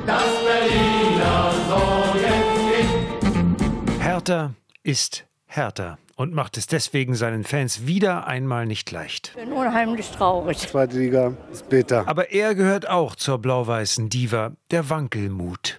Das Berliner so jetzt geht. Hertha ist Hertha und macht es deswegen seinen Fans wieder einmal nicht leicht. Ich bin unheimlich traurig. Zweite Liga ist bitter. Aber er gehört auch zur blau-weißen Diva, der Wankelmut.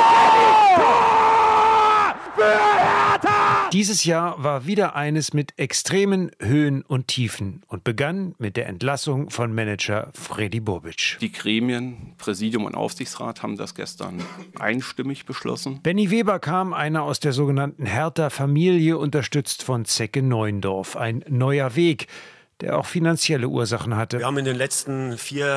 Dieses Jahr war wieder eines mit extremen Höhen und Tiefen und begann mit der Entlassung von Manager Fredi Bobic. Die Gremien, Präsidium und Aufsichtsrat haben das gestern einstimmig beschlossen. Benny Weber kam, einer aus der sogenannten Hertha-Familie, unterstützt von Zecke Neuendorf. Ein neuer Weg, der auch finanzielle Ursachen hatte. Wir haben in den letzten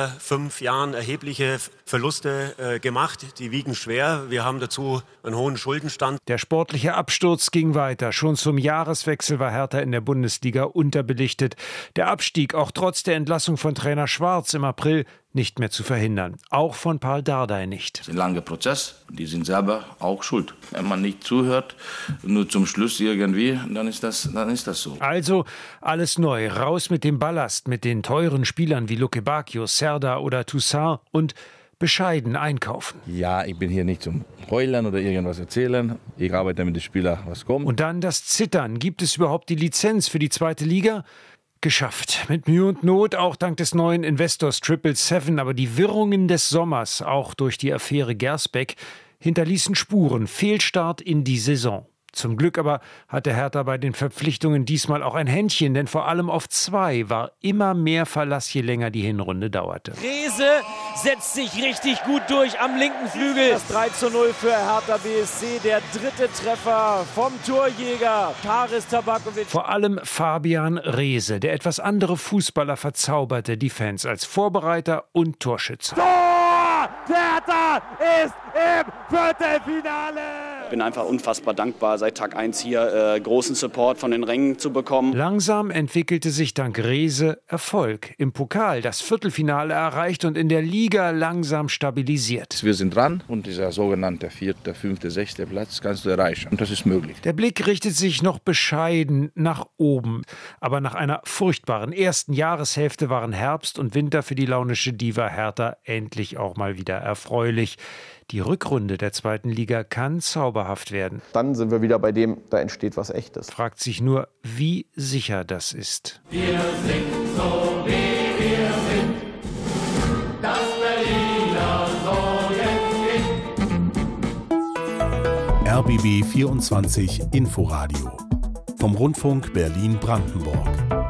4-5 Jahren erhebliche Verluste gemacht. Die wiegen schwer. Wir haben dazu einen hohen Schuldenstand. Der sportliche Absturz ging weiter. Schon zum Jahreswechsel war Hertha in der Bundesliga unterbelichtet. Der Abstieg, auch trotz der Entlassung von Trainer Schwarz im April, nicht mehr zu verhindern. Auch von Paul Dardai nicht. Das ist ein langer Prozess. Die sind selber auch schuld. Wenn man nicht zuhört, nur zum Schluss irgendwie, dann ist das so. Also alles neu. Raus mit dem Ballast, mit den teuren Spielern wie Luke Bacchio, Serdar oder Toussaint und bescheiden einkaufen. Ja, ich bin hier nicht zum Heulen oder irgendwas erzählen. Ich arbeite mit den Spielern, was kommt. Und dann das Zittern. Gibt es überhaupt die Lizenz für die zweite Liga? Geschafft. Mit Mühe und Not, auch dank des neuen Investors 777. Aber die Wirrungen des Sommers, auch durch die Affäre Gersbeck, hinterließen Spuren. Fehlstart in die Saison. Zum Glück aber hatte Hertha bei den Verpflichtungen diesmal auch ein Händchen, denn vor allem auf zwei war immer mehr Verlass, je länger die Hinrunde dauerte. Rehse setzt sich richtig gut durch am linken Flügel. Das 3:0 für Hertha BSC, der dritte Treffer vom Torjäger Haris Tabakovic. Vor allem Fabian Rehse, der etwas andere Fußballer, verzauberte die Fans als Vorbereiter und Torschütze. Tor! Hertha ist im Viertelfinale! Ich bin einfach unfassbar dankbar, seit Tag 1 hier großen Support von den Rängen zu bekommen. Langsam entwickelte sich dank Rehse Erfolg. Im Pokal das Viertelfinale erreicht und in der Liga langsam stabilisiert. Wir sind dran und dieser sogenannte 4., 5., 6. Platz kannst du erreichen. Und das ist möglich. Der Blick richtet sich noch bescheiden nach oben. Aber nach einer furchtbaren ersten Jahreshälfte waren Herbst und Winter für die launische Diva Hertha endlich auch mal wieder erfreulich. Die Rückrunde der zweiten Liga kann zauberhaft werden. Dann sind wir wieder bei dem, da entsteht was Echtes. Fragt sich nur, wie sicher das ist. Wir sind so, wie wir sind. Das Berliner so jetzt geht. RBB 24 Inforadio vom Rundfunk Berlin-Brandenburg.